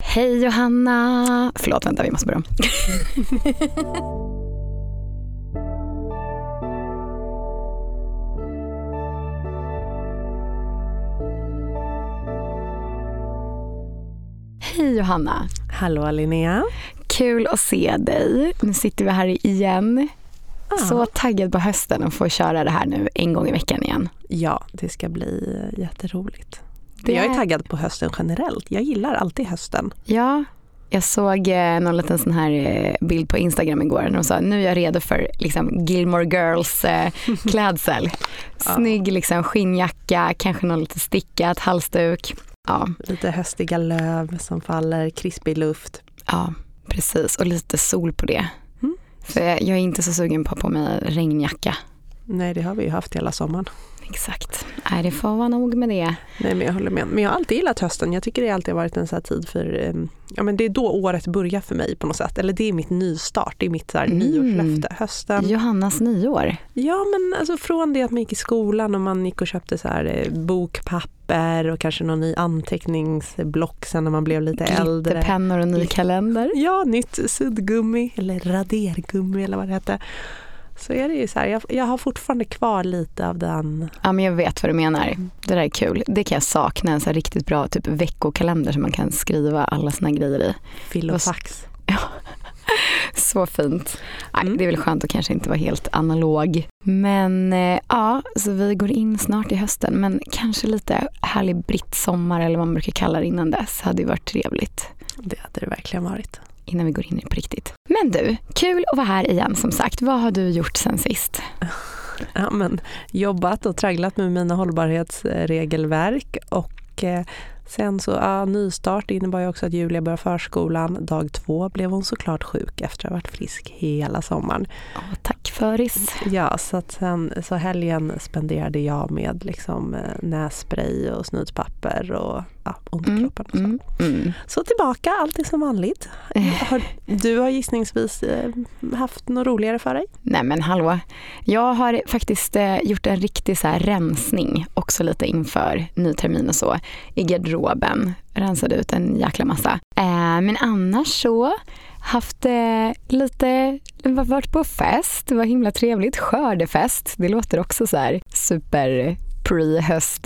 Hej Johanna! Förlåt, vänta, vi måste börja om. Hej Johanna! Hallå Linnea! Kul att se dig. Nu sitter vi här igen. Så taggad på hösten att få köra det här nu en gång i veckan igen. Ja, det ska bli jätteroligt. Jag är taggad på hösten generellt. Jag gillar alltid hösten. Ja, jag såg någon liten sån här bild på Instagram igår när de sa nu är jag redo för liksom Gilmore Girls klädsel. Snygg liksom skinnjacka, kanske någon lite stickat, halsduk. Ja. Lite höstiga löv som faller, krispig luft. Ja, precis. Och lite sol på det. För jag är inte så sugen på mig regnjacka. Nej, det har vi ju haft hela sommaren. Exakt. Nej, det får vara nog med det. Nej, men jag håller med. Men jag har alltid gillat hösten. Jag tycker det alltid har varit en sån här tid för... Ja, men det är då året börjar för mig på något sätt. Eller det är mitt nystart. Det är mitt så här nyårslöfte. Hösten. Johannas nyår. Ja, men alltså från det att man gick i skolan och man gick och köpte så här bokpapper och kanske någon ny anteckningsblock sen när man blev lite äldre. Glitterpennor och ny kalender. Ja, nytt suddgummi eller radergummi eller vad det heter. Så är det ju så här, jag har fortfarande kvar lite av den. Ja, men jag vet vad du menar. Det där är kul. Det kan jag sakna, en så här riktigt bra typ veckokalender som man kan skriva alla sina grejer i. Filofax. Ja, så fint. Nej, det är väl skönt att kanske inte vara helt analog. Men ja, så vi går in snart i hösten. Men kanske lite härlig brittsommar eller vad man brukar kalla det innan dess. Hade ju varit trevligt. Det hade det verkligen varit. Innan vi går in i på riktigt. Men du, kul att vara här igen som sagt. Vad har du gjort sen sist? Ja, men jobbat och tragglat med mina hållbarhetsregelverk och sen så nystart innebar ju också att Julia började förskolan. Dag 2 blev hon såklart sjuk efter att ha varit frisk hela sommaren. Tack föris. Ja, så att sen så helgen spenderade jag med liksom nässpray och snutpapper och ont i kroppen och så. Så tillbaka, alltid som vanligt. Du har gissningsvis haft något roligare för dig? Nej men hallå. Jag har faktiskt gjort en riktig så här rensning också lite inför ny termin och så i garderoben. Rensade ut en jäkla massa. Men annars så haft varit på fest. Det var himla trevligt. Skördefest. Det låter också så här super pre-höst.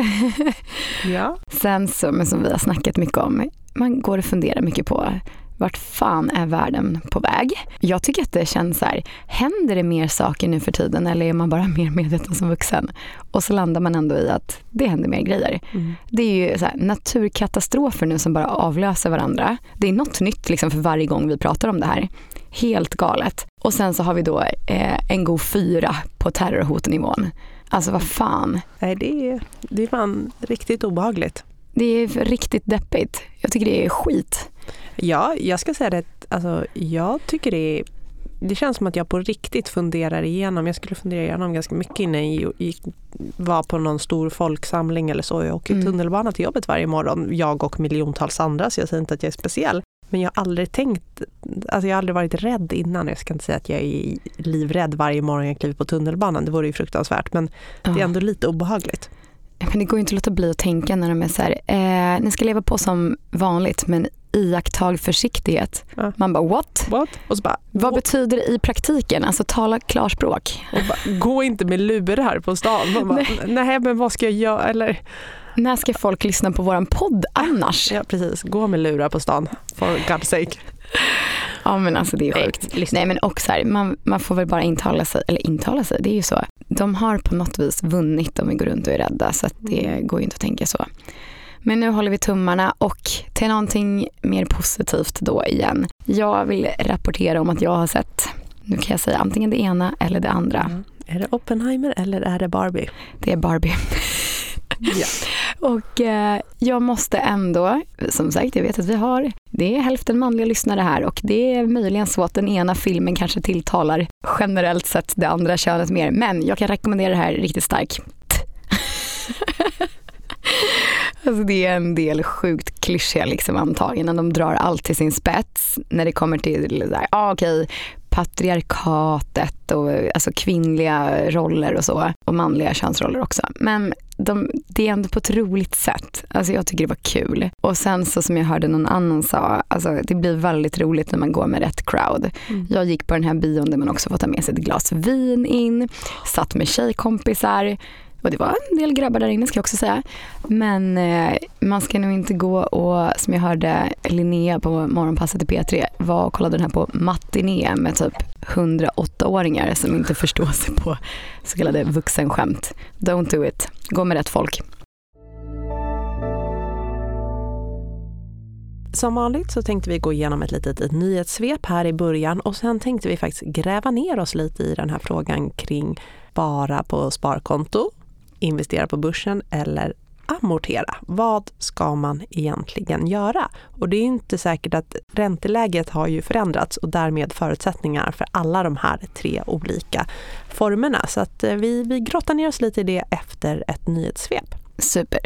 Ja. Sen så, men som vi har snackat mycket om, man går och funderar mycket på vart fan är världen på väg? Jag tycker att det känns så här, händer det mer saker nu för tiden eller är man bara mer medveten som vuxen? Och så landar man ändå i att det händer mer grejer. Det är ju så här, naturkatastrofer nu som bara avlöser varandra. Det är något nytt liksom för varje gång vi pratar om det här. Helt galet. Och sen så har vi då en god 4 på terrorhotnivån. Alltså vad fan? Nej, det är fan riktigt obehagligt. Det är riktigt deppigt. Jag tycker det är skit. Ja, jag ska säga det. Alltså, jag tycker det känns som att jag på riktigt funderar igenom. Jag skulle fundera igenom ganska mycket innan jag var på någon stor folksamling eller så. Jag åker tunnelbana till jobbet varje morgon. Jag och miljontals andra, så jag säger inte att jag är speciell. Men jag har aldrig tänkt, alltså jag har aldrig varit rädd innan. Jag ska inte säga att jag är livrädd varje morgon jag kliver på tunnelbanan. Det vore ju fruktansvärt, men det är ändå lite obehagligt. Men det går ju inte att låta bli att tänka när de är så här, ni ska leva på som vanligt men iakttag försiktighet. Ja. Man bara, what? Och så bara, vad betyder det i praktiken? Alltså tala klarspråk. Och bara, gå inte med lurar på stan. Man bara, nej men vad ska jag göra? Eller... När ska folk lyssna på våran podd annars? Ja, precis. Gå med lurar på stan, for God's sake. Ja, men alltså det är sjukt. Nej, men också här, man får väl bara intala sig, det är ju så. De har på något vis vunnit om vi går runt och är rädda, så att det går ju inte att tänka så. Men nu håller vi tummarna och till någonting mer positivt då igen. Jag vill rapportera om att jag har sett, nu kan jag säga antingen det ena eller det andra. Är det Oppenheimer eller är det Barbie? Det är Barbie. Ja. Och jag måste ändå, som sagt, jag vet att det är hälften manliga lyssnare här och det är möjligen så att den ena filmen kanske tilltalar generellt sett det andra könet mer. Men jag kan rekommendera det här riktigt starkt. Alltså det är en del sjukt klyschiga liksom antaganden. De drar allt till sin spets när det kommer till okej, patriarkatet och alltså kvinnliga roller och så, och manliga könsroller också. Men det är ändå på ett roligt sätt. Alltså jag tycker det var kul. Och sen så som jag hörde någon annan sa, alltså det blir väldigt roligt när man går med rätt crowd. Jag gick på den här bion där man också får ta med sig ett glas vin in, satt med tjejkompisar. Och det var en del grabbar där inne ska jag också säga. Men man ska nog inte gå och, som jag hörde Linnea på morgonpasset i P3, var och kollade den här på matiné med typ 108-åringar som inte förstår sig på så kallade vuxenskämt. Don't do it. Gå med rätt folk. Som vanligt så tänkte vi gå igenom ett litet nyhetssvep här i början och sen tänkte vi faktiskt gräva ner oss lite i den här frågan kring spara på sparkonto, investera på börsen eller amortera. Vad ska man egentligen göra? Och det är inte säkert att ränteläget har ju förändrats och därmed förutsättningar för alla de här 3 olika formerna. Så att vi grottar ner oss lite i det efter ett nyhetssvep. Super.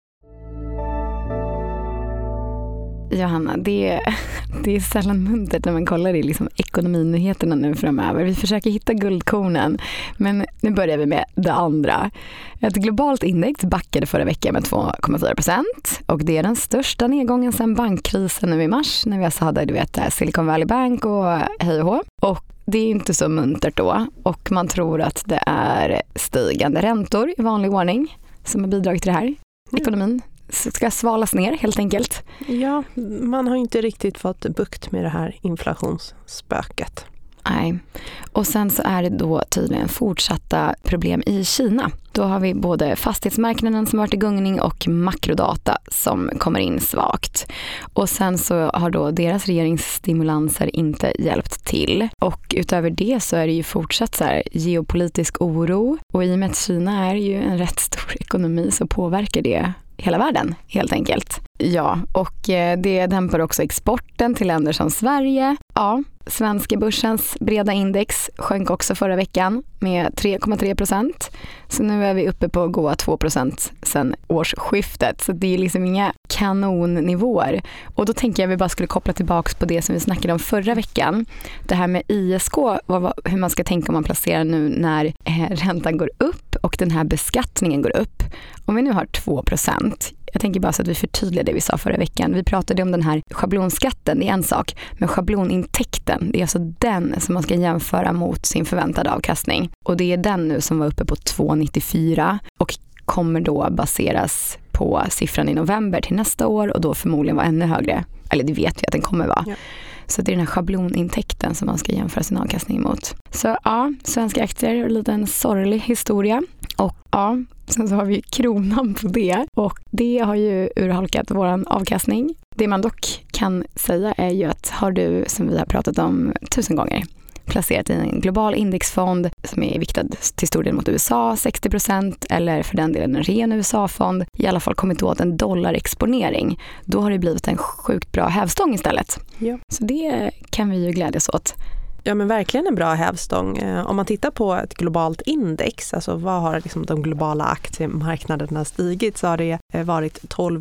Johanna, det är sällan muntert när man kollar i liksom ekonominyheterna nu framöver. Vi försöker hitta guldkornen, men nu börjar vi med det andra. Ett globalt index backade förra veckan med 2,4% och det är den största nedgången sedan bankkrisen nu i mars när vi alltså hade Silicon Valley Bank och hej och hå. Och det är inte så muntert då och man tror att det är stigande räntor i vanlig ordning som har bidragit till det här. Ekonomin ska svalas ner helt enkelt. Ja, man har inte riktigt fått bukt med det här inflationsspöket. Nej. Och sen så är det då tydligen fortsatta problem i Kina. Då har vi både fastighetsmarknaden som varit i gungning och makrodata som kommer in svagt. Och sen så har då deras regeringsstimulanser inte hjälpt till. Och utöver det så är det ju fortsatt så här geopolitisk oro. Och i och med att Kina är ju en rätt stor ekonomi så påverkar det hela världen helt enkelt. Ja, och det dämpar också exporten till länder som Sverige. Ja, svenska börsens breda index sjönk också förra veckan med 3,3%. Så nu är vi uppe på goa 2% sedan årsskiftet. Så det är liksom inga kanonnivåer. Och då tänker jag att vi bara skulle koppla tillbaka på det som vi snackade om förra veckan. Det här med ISK, hur man ska tänka om man placerar nu när räntan går upp och den här beskattningen går upp. Om vi nu har 2%. Jag tänker bara så att vi förtydligar det vi sa förra veckan. Vi pratade om den här schablonskatten, det är en sak. Men schablonintäkten, det är alltså den som man ska jämföra mot sin förväntade avkastning. Och det är den nu som var uppe på 2,94 och kommer då baseras på siffran i november till nästa år och då förmodligen vara ännu högre. Eller det vet vi att den kommer vara. Ja. Så det är den här schablonintäkten som man ska jämföra sin avkastning mot. Så ja, svenska aktier, en liten sorglig historia. Och ja, sen så har vi kronan på det. Och det har ju urholkat våran avkastning. Det man dock kan säga är ju att har du, som vi har pratat om 1000 gånger, placerat i en global indexfond som är viktad till stor del mot USA, 60%, eller för den delen en ren USA-fond, i alla fall kommit åt en dollarexponering, då har det blivit en sjukt bra hävstång istället. Ja. Så det kan vi ju glädjas åt. Ja, men verkligen en bra hävstång. Om man tittar på ett globalt index, alltså vad har liksom de globala aktiemarknaderna stigit, så har det varit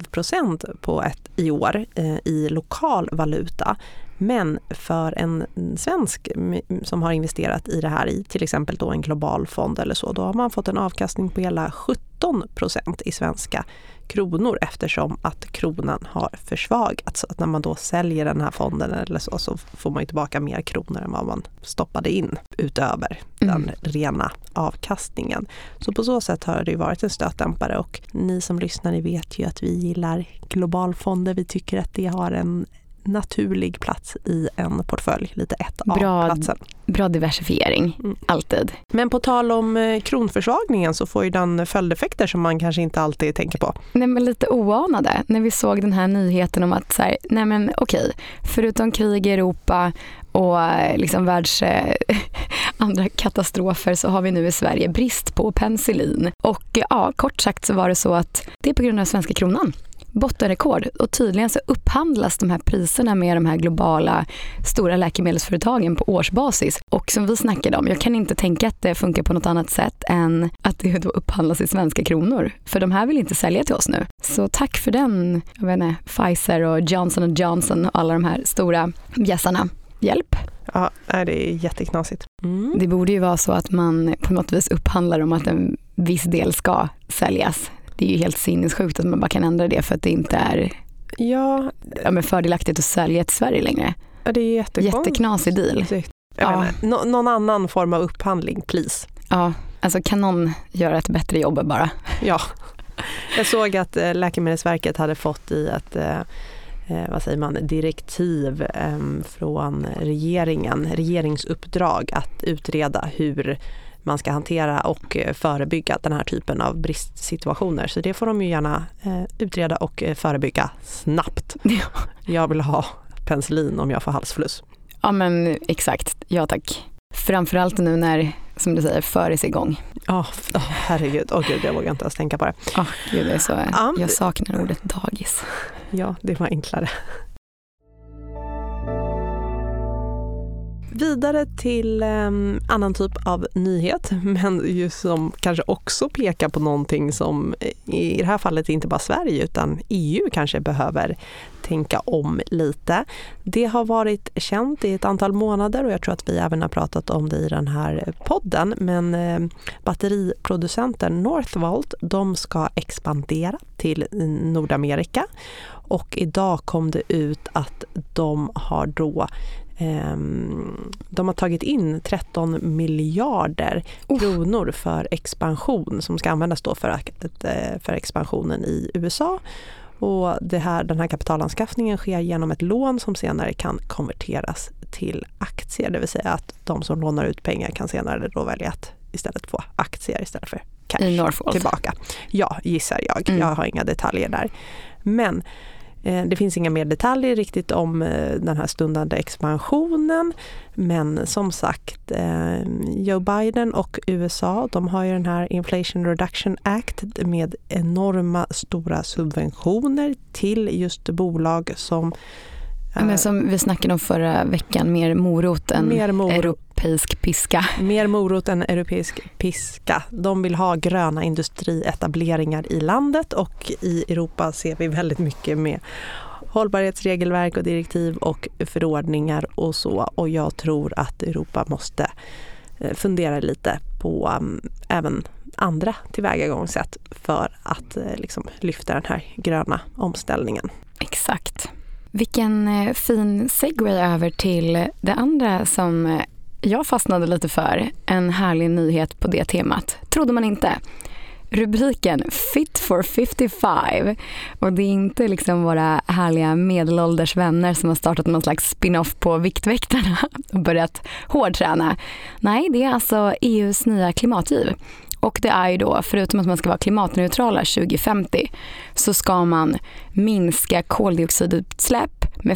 12% på i år i lokal valuta. Men för en svensk som har investerat i det här i till exempel då en global fond eller så, då har man fått en avkastning på hela 17% i svenska kronor eftersom att kronan har försvagats. Så att när man då säljer den här fonden eller så får man ju tillbaka mer kronor än vad man stoppade in utöver den rena avkastningen. Så på så sätt har det ju varit en stötdämpare och ni som lyssnar, ni vet ju att vi gillar globalfonder. Vi tycker att det har en naturlig plats i en portfölj, lite 1A-platsen. Bra diversifiering, alltid. Men på tal om kronförsvagningen så får ju den följdeffekter som man kanske inte alltid tänker på. Nej, men lite oanade när vi såg den här nyheten om att så här, nej men okej, förutom krig i Europa och liksom andra katastrofer så har vi nu i Sverige brist på penicillin. Och ja, kort sagt så var det så att det är på grund av svenska kronan. Bottenrekord, och tydligen så upphandlas de här priserna med de här globala stora läkemedelsföretagen på årsbasis. Och som vi snackade om, jag kan inte tänka att det funkar på något annat sätt än att det då upphandlas i svenska kronor. För de här vill inte sälja till oss nu. Så tack för den, jag vet inte, Pfizer och Johnson & Johnson och alla de här stora bjässarna. Hjälp. Ja, det är jätteknasigt. Det borde ju vara så att man på något vis upphandlar om att en viss del ska säljas. Det är ju helt sinnessjukt att man bara kan ändra det för att det inte är men fördelaktigt att sälja till Sverige längre. Ja, det är jätteknasig deal. Någon annan form av upphandling, please. Ja, alltså kan någon göra ett bättre jobb bara? Ja. Jag såg att Läkemedelsverket hade fått i ett direktiv från regeringsuppdrag att utreda hur man ska hantera och förebygga den här typen av bristsituationer. Så det får de ju gärna utreda och förebygga snabbt. Ja. Jag vill ha penicillin om jag får halsfluss. Ja men exakt, ja tack. Framförallt nu när, som du säger, föres igång. Herregud, gud, jag vågar inte ens tänka på det. Gud, det är så, jag saknar ordet dagis. Ja, det var enklare. Vidare till annan typ av nyhet, men ju som kanske också pekar på någonting som i det här fallet inte bara Sverige utan EU kanske behöver tänka om lite. Det har varit känt i ett antal månader och jag tror att vi även har pratat om det i den här podden, men batteriproducenten Northvolt, de ska expandera till Nordamerika och idag kom det ut att de har tagit in 13 miljarder kronor för expansion som ska användas då för expansionen i USA. Och den här kapitalanskaffningen sker genom ett lån som senare kan konverteras till aktier. Det vill säga att de som lånar ut pengar kan senare då välja att istället få aktier istället för cash tillbaka. Ja, gissar jag. Jag har inga detaljer där. Men det finns inga mer detaljer riktigt om den här stundande expansionen, men som sagt, Joe Biden och USA, de har ju den här Inflation Reduction Act med enorma stora subventioner till just bolag som men som vi snackade om förra veckan, mer morot än europeisk piska. Mer morot än europeisk piska. De vill ha gröna industrietableringar i landet och i Europa ser vi väldigt mycket med hållbarhetsregelverk och direktiv och förordningar och så. Och jag tror att Europa måste fundera lite på även andra tillvägagångssätt för att lyfta den här gröna omställningen. Exakt. Vilken fin segway över till det andra som jag fastnade lite för. En härlig nyhet på det temat. Trodde man inte. Rubriken Fit for 55. Och det är inte våra härliga medelålders vänner som har startat någon slags spin-off på Viktväktarna och börjat hårdträna. Nej, det är alltså EUs nya klimatgiv. Och det är ju då, förutom att man ska vara klimatneutrala 2050, så ska man minska koldioxidutsläpp med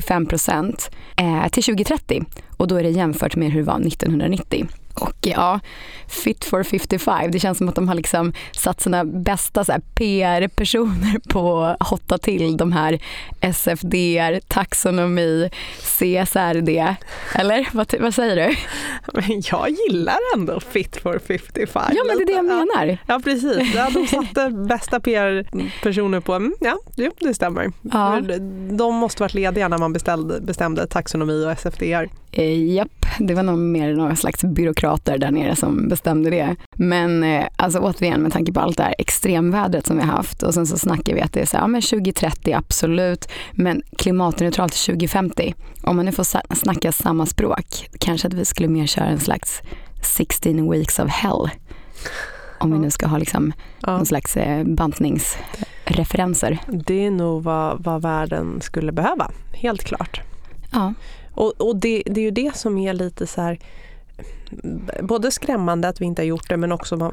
55% till 2030. Och då är det jämfört med hur det var 1990. Och ja, Fit for 55, det känns som att de har satt sina bästa PR-personer på att hotta till de här SFDR, taxonomi, CSRD. Eller? Vad säger du? Men jag gillar ändå Fit for 55. Ja, men det är det jag menar. Ja, precis. Ja, de satte bästa PR-personer på, det stämmer. Ja. De måste varit lediga när man bestämde taxonomi och SFDR. Japp, det var nog mer några slags byråkrater där nere som bestämde det. Men återigen, med tanke på allt det här extremvädret som vi har haft och sen så snackar vi att det är så här, men 2030 absolut, men klimatneutralt 2050. Om man nu får snacka samma språk, kanske att vi skulle mer köra en slags 16 weeks of hell. Om vi nu ska ha någon slags bantningsreferenser. Det är nog vad världen skulle behöva, helt klart. Ja. Och det är ju det som är lite så här, både skrämmande att vi inte har gjort det, men också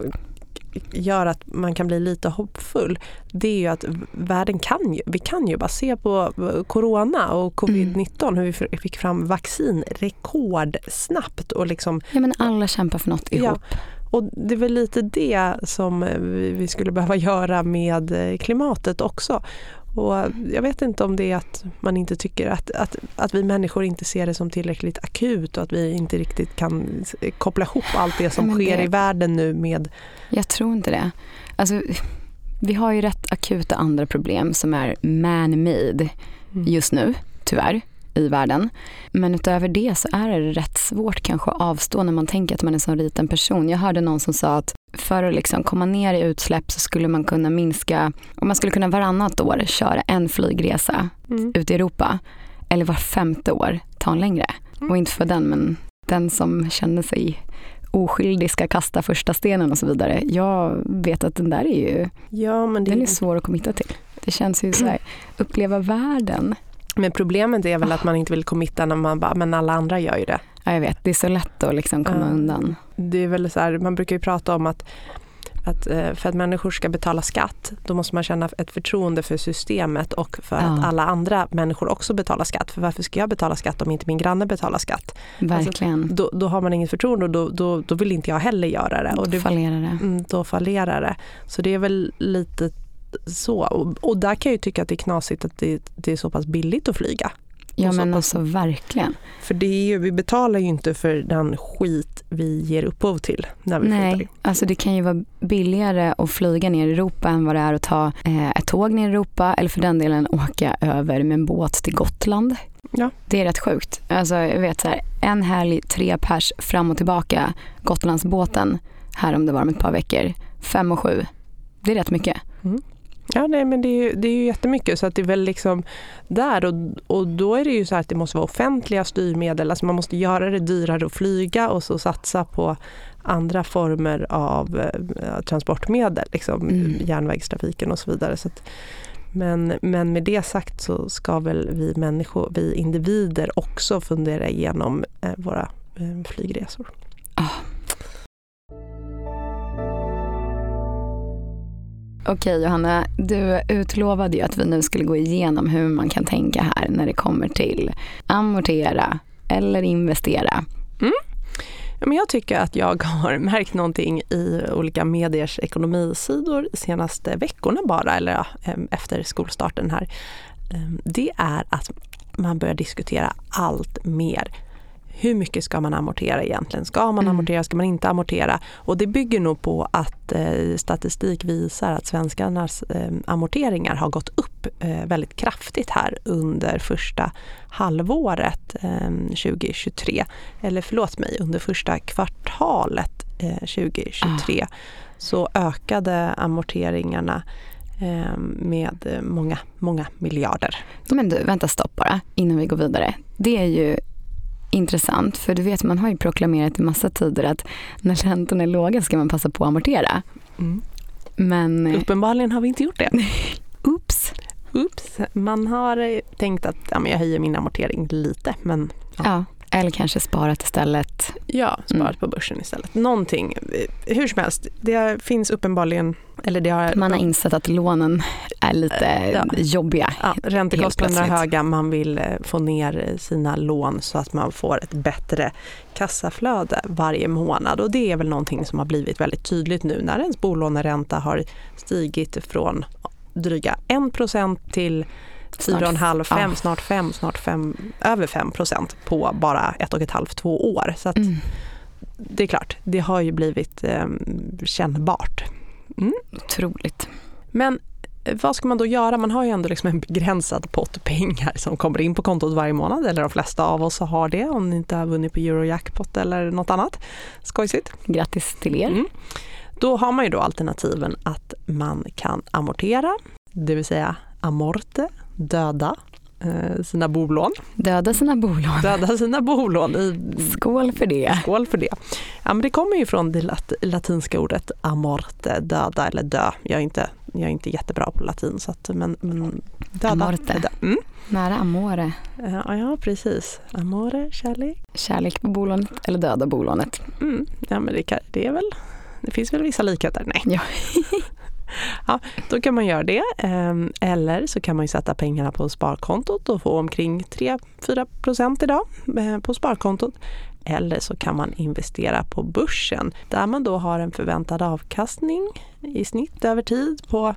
gör att man kan bli lite hoppfull. Det är ju att världen vi kan ju bara se på corona och covid-19 hur vi fick fram vaccin rekordsnabbt och Ja, men alla kämpar för något ihop. Ja. Och det är väl lite det som vi skulle behöva göra med klimatet också. Och jag vet inte om det är att man inte tycker att vi människor inte ser det som tillräckligt akut och att vi inte riktigt kan koppla ihop allt det som sker i världen nu med... Jag tror inte det. Alltså, vi har ju rätt akuta andra problem som är man-made just nu, tyvärr. i världen. Men utöver det så är det rätt svårt kanske att avstå när man tänker att man är en så liten person. Jag hörde någon som sa att för att liksom komma ner i utsläpp så skulle man kunna minska, om man skulle kunna varannat år köra en flygresa ut i Europa, eller var 5:e år ta en längre. Och inte för den, men den som känner sig oskyldig ska kasta första stenen och så vidare. Jag vet att den där är ju den är svår att committa till. Det känns ju så här, uppleva världen. Men problemet är väl att man inte vill committa när man bara, men alla andra gör ju det. Ja, jag vet. Det är så lätt att liksom komma undan. Det är väl så här, man brukar ju prata om att för att människor ska betala skatt, då måste man känna ett förtroende för systemet och för att alla andra människor också betalar skatt. För varför ska jag betala skatt om inte min granne betalar skatt? Verkligen. Alltså, då har man inget förtroende och då vill inte jag heller göra det. Och då fallerar det. Så det är väl lite så. Och där kan jag ju tycka att det är knasigt att det är så pass billigt att flyga. Ja, men alltså verkligen. För vi betalar ju inte för den skit vi ger upphov till när vi flyger. Nej, alltså det kan ju vara billigare att flyga ner i Europa än vad det är att ta ett tåg ner i Europa, eller för den delen åka över med en båt till Gotland. Ja. Det är rätt sjukt. Alltså jag vet så här, en helg 3 pers fram och tillbaka Gotlandsbåten här om det var om ett par veckor. 5 och 7. Det är rätt mycket. Mm. Ja, nej, men det är ju jättemycket, så att det är väl liksom där och då är det ju så här att det måste vara offentliga styrmedel, alltså man måste göra det dyrare att flyga och så satsa på andra former av transportmedel, liksom järnvägstrafiken och så vidare. Så att, men med det sagt så ska väl vi individer också fundera igenom våra flygresor. Okej, Johanna, du utlovade ju att vi nu skulle gå igenom hur man kan tänka här när det kommer till amortera eller investera. Men jag tycker att jag har märkt någonting i olika mediers ekonomisidor de senaste veckorna bara, eller efter skolstarten här. Det är att man börjar diskutera allt mer. Hur mycket ska man amortera egentligen? Ska man amortera? Ska man inte amortera? Och det bygger nog på att statistik visar att svenskarnas amorteringar har gått upp väldigt kraftigt här under första halvåret 2023. Eller förlåt mig, under första kvartalet 2023 så ökade amorteringarna med många miljarder. Men du, vänta stopp bara innan vi går vidare. Det är ju intressant, för du vet, man har ju proklamerat i massa tider att när räntorna är låga ska man passa på att amortera. Men uppenbarligen har vi inte gjort det. Oops. Man har tänkt att jag höjer min amortering lite, men ja, eller kanske sparat istället. Ja, sparat på börsen istället. Någonting, hur som helst. Det finns uppenbarligen, eller man har insett att lånen är lite jobbiga. Ja, räntekostnaderna är höga, man vill få ner sina lån så att man får ett bättre kassaflöde varje månad. Och det är väl någonting som har blivit väldigt tydligt nu när ens bolåneränta har stigit från dryga 1% till 4,5, snart 5, över 5% på bara 1,5-2 år. Så att det är klart, det har ju blivit kännbart. Otroligt. Men vad ska man då göra? Man har ju ändå liksom en begränsad pott pengar som kommer in på kontot varje månad, eller de flesta av oss har det, om ni inte har vunnit på Eurojackpot eller något annat. Skojsigt. Grattis till er. Då har man ju då alternativen att man kan amortera, det vill säga amorte, döda sina bolån. Döda sina bolån. Skål för det. Ja, men det kommer ju från det latinska ordet amorte, döda eller dö. Jag är inte jättebra på latin, så att, men döda. Amorte. Nära amore. Ja, precis. Amore, kärlek. Kärlek på bolånet eller döda bolånet. Ja, men det finns väl vissa likheter. Nej. Ja. Ja, då kan man göra det. Eller så kan man ju sätta pengarna på sparkontot och få omkring 3-4% idag på sparkontot. Eller så kan man investera på börsen där man då har en förväntad avkastning i snitt över tid på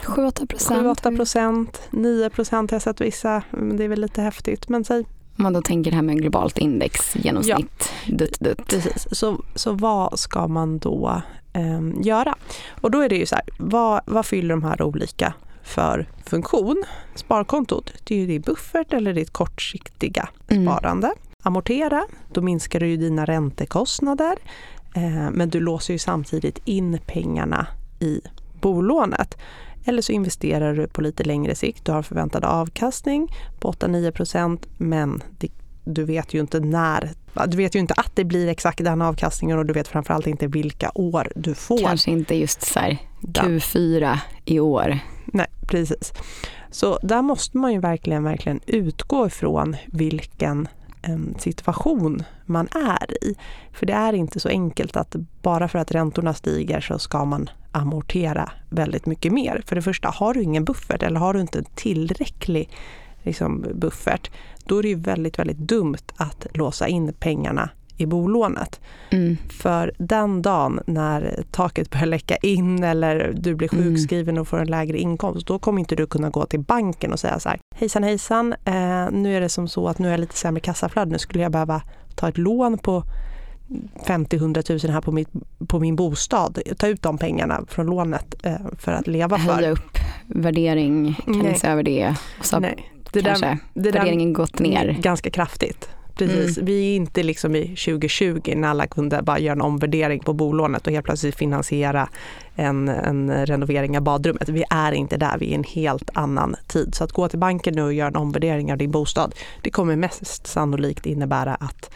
7-8%, 9% har jag sett vissa. Det är väl lite häftigt, men säg. Om man då tänker det här med globalt index genomsnitt. Ja, precis. Så vad ska man då göra? Och då är det ju så här, vad fyller de här olika för funktion. Sparkontot, det är ju din buffert eller ditt kortsiktiga sparande. Amortera, då minskar du ju dina räntekostnader, men du låser ju samtidigt in pengarna i bolånet. Eller så investerar du på lite längre sikt. Du har förväntad avkastning på 8-9%, men du vet ju inte du vet ju inte att det blir exakt den avkastningen, och du vet framförallt inte vilka år du får. Kanske inte just så här Q4 i år. Nej, precis. Så där måste man ju verkligen utgå ifrån vilken situation man är i. För det är inte så enkelt att bara för att räntorna stiger så ska man amortera väldigt mycket mer. För det första, har du ingen buffert eller har du inte en tillräcklig buffert, då är det ju väldigt, väldigt dumt att låsa in pengarna i bolånet. För den dagen när taket börjar läcka in eller du blir sjukskriven och får en lägre inkomst, då kommer inte du kunna gå till banken och säga så här: hejsan, nu är det som så att nu är jag lite sämre kassaflöde, nu skulle jag behöva ta ett lån på 50-100 000 här på min bostad. Ta ut de pengarna från lånet för att leva för. Höja upp värdering, kan ni se över det? Och så kanske värderingen gått ner. Ganska kraftigt. Precis. Vi är inte liksom i 2020 när alla kunde bara göra en omvärdering på bolånet och helt plötsligt finansiera en renovering av badrummet. Vi är inte där, vi är i en helt annan tid. Så att gå till banken nu och göra en omvärdering av din bostad, det kommer mest sannolikt innebära att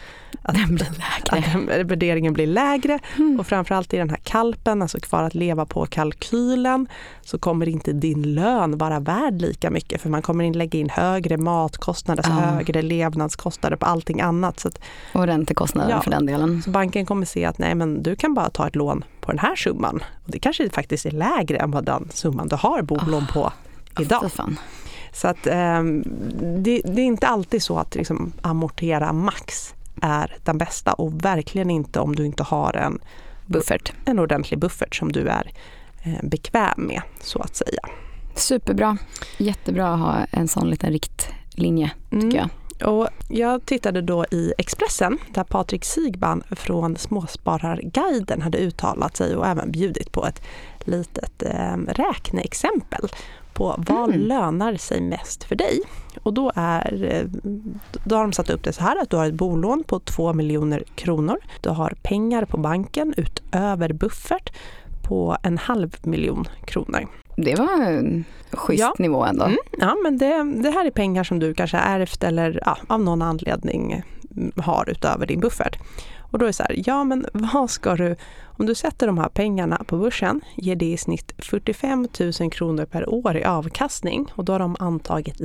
värderingen blir lägre. Och framförallt i den här kalpen, alltså kvar att leva på kalkylen, så kommer inte din lön vara värd lika mycket, för man kommer in lägga in högre matkostnader, alltså högre levnadskostnader på allting annat. Så att, och räntekostnader för den delen. Så banken kommer se att nej, men du kan bara ta ett lån på den här summan. Och det kanske faktiskt är lägre än vad den summan du har bolån på idag. Så att det är inte alltid så att liksom amortera max är den bästa, och verkligen inte om du inte har en ordentlig buffert som du är bekväm med, så att säga. Superbra. Jättebra att ha en sån liten riktlinje, tycker jag. Och jag tittade då i Expressen där Patrik Sigban från Småspararguiden hade uttalat sig och även bjudit på ett litet räkneexempel på vad lönar sig mest för dig. Och då har de satt upp det så här att du har ett bolån på 2 miljoner kronor. Du har pengar på banken utöver buffert på 500 000 kronor. Det var en schysst nivå ändå. Ja, men det här är pengar som du kanske har ärvt eller av någon anledning har utöver din buffert. Och då är det så här, men vad ska du, om du sätter de här pengarna på börsen, ger det i snitt 45 000 kronor per år i avkastning, och då har de antagit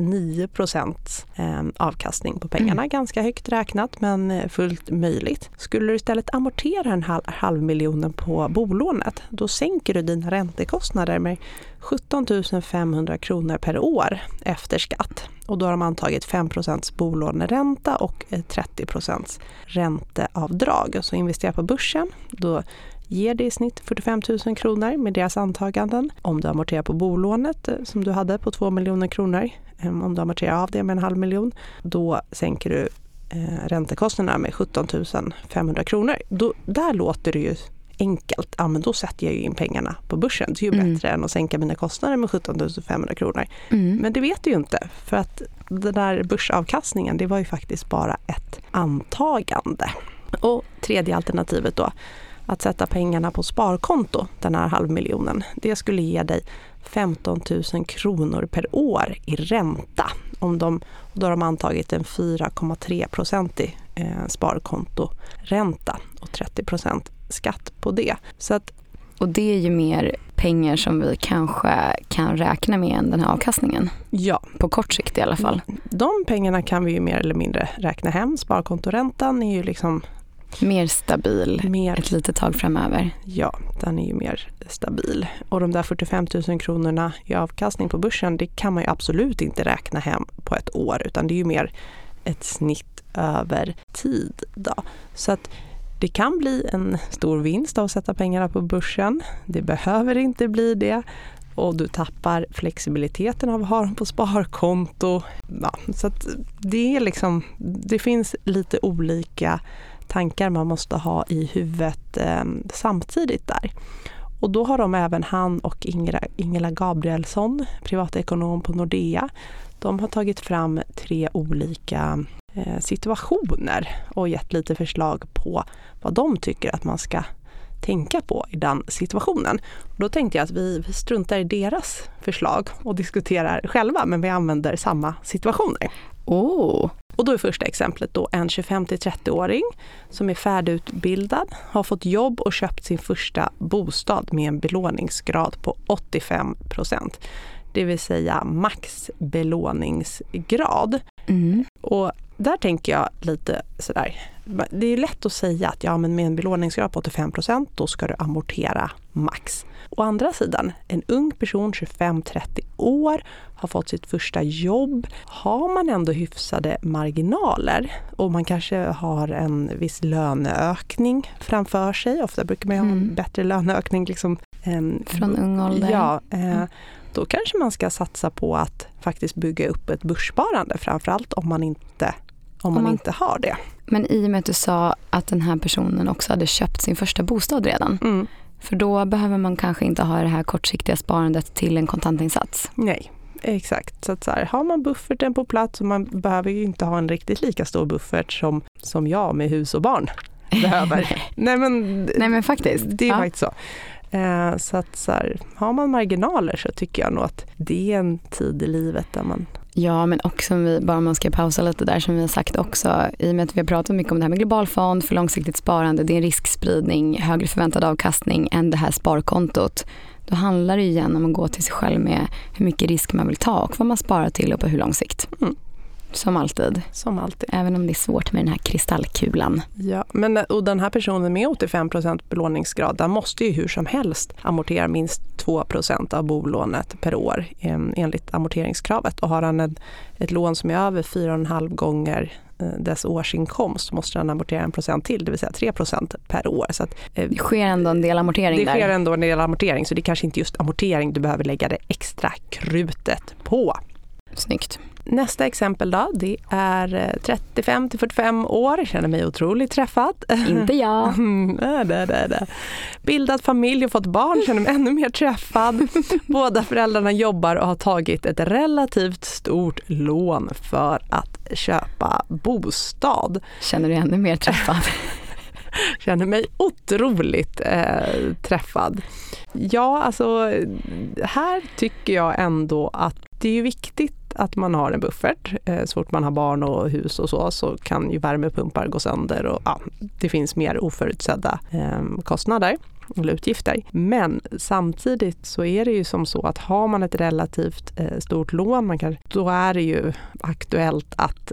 9% avkastning på pengarna. Ganska högt räknat, men fullt möjligt. Skulle du istället amortera 500 000 på bolånet, då sänker du dina räntekostnader med 17 500 kronor per år efter skatt. Och då har de antagit 5% bolåneränta och 30% ränteavdrag. Så investera på börsen, då ger det i snitt 45 000 kronor med deras antaganden. Om du amorterar på bolånet som du hade på 2 miljoner kronor, om du amorterar av det med 500 000, då sänker du räntekostnaderna med 17 500 kronor. Där låter det ju enkelt. Ja, men då sätter jag ju in pengarna på börsen. Det är ju bättre än att sänka mina kostnader med 17 500 kronor. Men det vet du ju inte, för att den där börsavkastningen, det var ju faktiskt bara ett antagande. Och tredje alternativet då, att sätta pengarna på sparkonto, den här 500 000, det skulle ge dig 15 000 kronor per år i ränta. Då har de antagit en 4,3% sparkontoränta och 30% skatt på det. Och det är ju mer pengar som vi kanske kan räkna med än den här avkastningen. Ja. På kort sikt i alla fall. De pengarna kan vi ju mer eller mindre räkna hem. Sparkontoräntan är ju liksom mer stabil ett litet tag framöver. Ja, den är ju mer stabil. Och de där 45 000 kronorna i avkastning på börsen, det kan man ju absolut inte räkna hem på ett år, utan det är ju mer ett snitt över tid då. Så att det kan bli en stor vinst av att sätta pengarna på börsen. Det behöver inte bli det. Och du tappar flexibiliteten av att ha dem på sparkonto. Ja, så att det finns lite olika tankar man måste ha i huvudet samtidigt där. Och då har de även han och Ingela Gabrielsson, privatekonom på Nordea. De har tagit fram 3 olika situationer och gett lite förslag på vad de tycker att man ska tänka på i den situationen. Då tänkte jag att vi struntar i deras förslag och diskuterar själva, men vi använder samma situationer. Och då är första exemplet då en 25-30-åring som är färdigutbildad, har fått jobb och köpt sin första bostad med en belåningsgrad på 85%. Det vill säga max belåningsgrad. Och där tänker jag lite sådär, det är lätt att säga att men med en belåningsgrad på 85% då ska du amortera max. Å andra sidan, en ung person 25-30 år har fått sitt första jobb. Har man ändå hyfsade marginaler och man kanske har en viss löneökning framför sig. Ofta brukar man ha en bättre löneökning liksom, från ung ålder. Ja, då kanske man ska satsa på att faktiskt bygga upp ett börssparande, framförallt om man inte har det. Men i och med att du sa att den här personen också hade köpt sin första bostad redan. För då behöver man kanske inte ha det här kortsiktiga sparandet till en kontantinsats. Nej, exakt. Så att har man bufferten på plats, och man behöver ju inte ha en riktigt lika stor buffert som jag med hus och barn behöver. Nej men faktiskt. Det är faktiskt så. Så har man marginaler så tycker jag nog att det är en tid i livet där man... Ja, men också om man ska pausa lite där som vi har sagt också, i och med att vi har pratat mycket om det här med global fond för långsiktigt sparande, det är en riskspridning, högre förväntad avkastning än det här sparkontot. Då handlar det igen om att gå till sig själv med hur mycket risk man vill ta och vad man sparar till och på hur lång sikt. Som alltid. Även om det är svårt med den här kristallkulan. Ja, och den här personen med 85% belåningsgrad, där måste ju hur som helst amortera minst 2% av bolånet per år enligt amorteringskravet. Och har han ett lån som är över 4,5 gånger dess årsinkomst måste han amortera 1% till, det vill säga 3% per år. Så att, det sker ändå en del amortering där. Det sker ändå en del amortering, så det är kanske inte just amortering du behöver lägga det extra krutet på. Snyggt. Nästa exempel då, det är 35-45 år. Jag känner mig otroligt träffad. Inte jag. Bildat familj och fått barn, känner mig ännu mer träffad. Båda föräldrarna jobbar och har tagit ett relativt stort lån för att köpa bostad. Känner du ännu mer träffad? Känner mig otroligt träffad. Ja, alltså här tycker jag ändå att det är viktigt att man har en buffert. Så fort man har barn och hus och så kan ju värmepumpar gå sönder och det finns mer oförutsedda kostnader eller utgifter. Men samtidigt så är det ju som så att har man ett relativt stort lån, då är det ju aktuellt att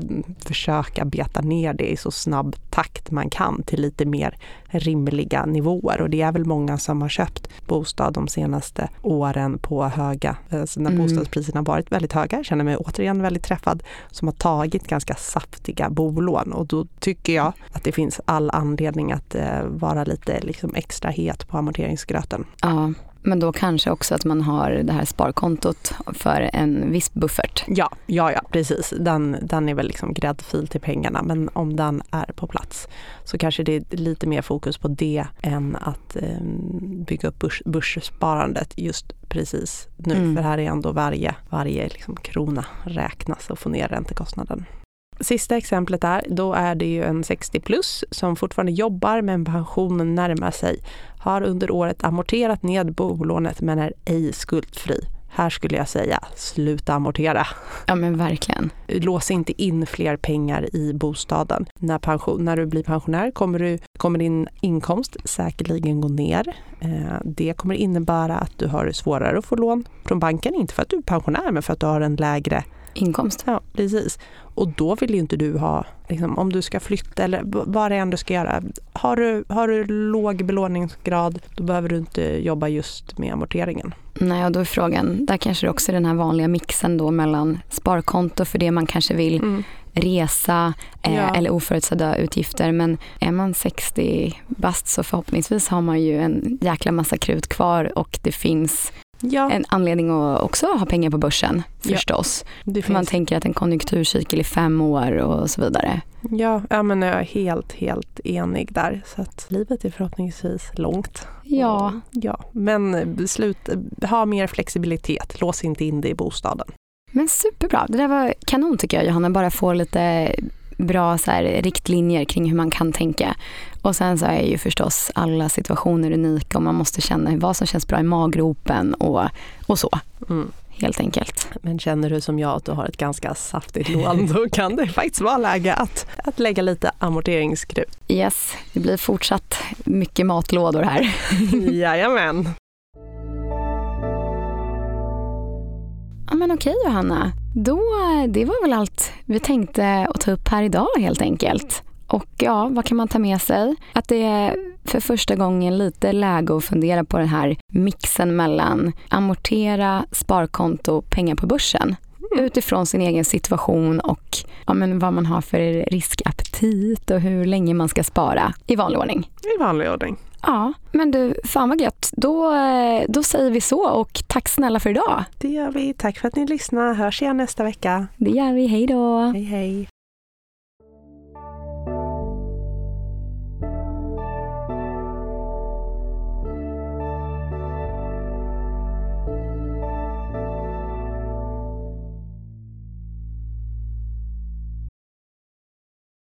försöka beta ner det i så snabb takt man kan till lite mer rimliga nivåer. Och det är väl många som har köpt bostad de senaste åren på höga, när bostadspriserna har varit väldigt höga. Jag känner mig återigen väldigt träffad, som har tagit ganska saftiga bolån. Och då tycker jag att det finns all anledning att vara lite liksom extra het på amorteringsgröten. Ja, men då kanske också att man har det här sparkontot för en viss buffert. Ja, precis. Den är väl liksom gräddfil till pengarna, men om den är på plats så kanske det är lite mer fokus på det än att bygga upp börssparandet just precis nu. För här är ändå varje liksom krona räknas och få ner räntekostnaden. Sista exemplet då är det ju en 60 plus som fortfarande jobbar men pensionen närmar sig. Har under året amorterat ned bolånet men är ej skuldfri. Här skulle jag säga, sluta amortera. Ja men verkligen. Lås inte in fler pengar i bostaden. När du blir pensionär kommer din inkomst säkerligen gå ner. Det kommer innebära att du har svårare att få lån från banken. Inte för att du är pensionär men för att du har en lägre inkomst. Ja, precis. Och då vill ju inte du ha, liksom, om du ska flytta eller vad det än du ska göra. Har du låg belåningsgrad, då behöver du inte jobba just med amorteringen. Nej, och då är frågan, där kanske det också är den här vanliga mixen då mellan sparkonto för det man kanske vill resa eller oförutsedda utgifter. Men är man 60 bast så förhoppningsvis har man ju en jäkla massa krut kvar och det finns en anledning att också ha pengar på börsen förstås. Man tänker att en konjunkturcykel är 5 år och så vidare. Ja, men jag är helt enig där. Så att livet är förhoppningsvis långt. Ja. Men ha mer flexibilitet. Lås inte in det i bostaden. Men superbra. Det där var kanon tycker jag, Johanna. Bara få lite bra så här, riktlinjer kring hur man kan tänka. Och sen så är ju förstås alla situationer unika och man måste känna vad som känns bra i maggropen och så. Helt enkelt. Men känner du som jag att du har ett ganska saftigt lån, då kan det faktiskt vara läge att lägga lite amorteringsskruv. Yes, det blir fortsatt mycket matlådor här. Jajamän. Ja, men okej Johanna, det var väl allt vi tänkte att ta upp här idag helt enkelt. Och ja, vad kan man ta med sig? Att det är för första gången lite läge att fundera på den här mixen mellan amortera, sparkonto och pengar på börsen. Utifrån sin egen situation och vad man har för riskaptit och hur länge man ska spara i vanlig ordning. I vanlig ordning. Ja, men du, fan vad gött. Då säger vi så och tack snälla för idag. Det gör vi. Tack för att ni lyssnar. Hörs igen nästa vecka. Det gör vi. Hej då. Hej hej.